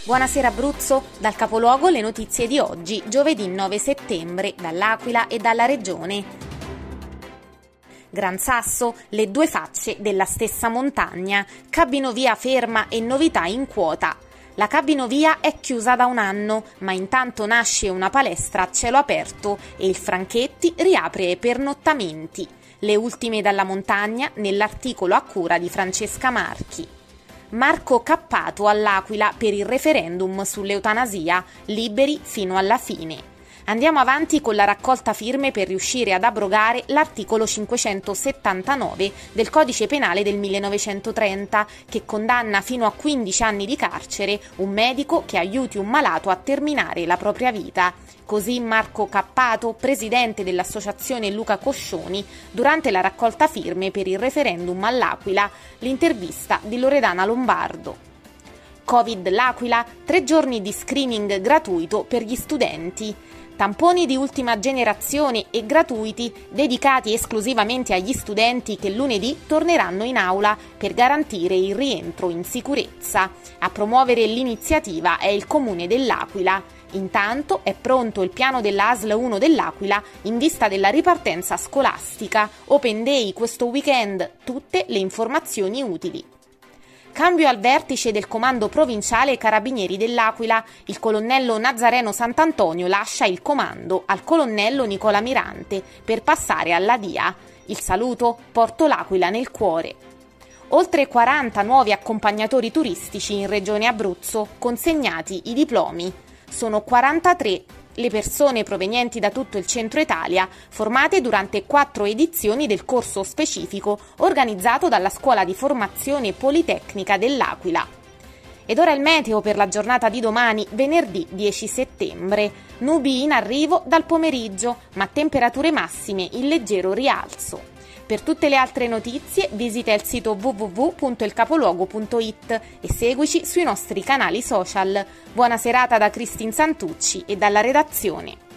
Buonasera Abruzzo, dal capoluogo le notizie di oggi, giovedì 9 settembre, dall'Aquila e dalla Regione. Gran Sasso, le due facce della stessa montagna, cabinovia ferma e novità in quota. La cabinovia è chiusa da un anno, ma intanto nasce una palestra a cielo aperto e il Franchetti riapre i pernottamenti. Le ultime dalla montagna nell'articolo a cura di Francesca Marchi. Marco Cappato all'Aquila per il referendum sull'eutanasia, liberi fino alla fine. Andiamo avanti con la raccolta firme per riuscire ad abrogare l'articolo 579 del Codice Penale del 1930, che condanna fino a 15 anni di carcere un medico che aiuti un malato a terminare la propria vita. Così Marco Cappato, presidente dell'associazione Luca Coscioni, durante la raccolta firme per il referendum all'Aquila, l'intervista di Loredana Lombardo. Covid l'Aquila, 3 giorni di screening gratuito per gli studenti. Tamponi di ultima generazione e gratuiti dedicati esclusivamente agli studenti che lunedì torneranno in aula per garantire il rientro in sicurezza. A promuovere l'iniziativa è il Comune dell'Aquila. Intanto è pronto il piano della ASL 1 dell'Aquila in vista della ripartenza scolastica. Open Day questo weekend, tutte le informazioni utili. Cambio al vertice del comando provinciale Carabinieri dell'Aquila. Il colonnello Nazareno Sant'Antonio lascia il comando al colonnello Nicola Mirante per passare alla DIA. Il saluto: porto l'Aquila nel cuore. Oltre 40 nuovi accompagnatori turistici in Regione Abruzzo, consegnati i diplomi. Sono 43 le persone provenienti da tutto il centro Italia, formate durante 4 edizioni del corso specifico organizzato dalla Scuola di Formazione Politecnica dell'Aquila. Ed ora il meteo per la giornata di domani, venerdì 10 settembre. Nubi in arrivo dal pomeriggio, ma temperature massime in leggero rialzo. Per tutte le altre notizie visita il sito www.ilcapoluogo.it e seguici sui nostri canali social. Buona serata da Cristin Santucci e dalla redazione.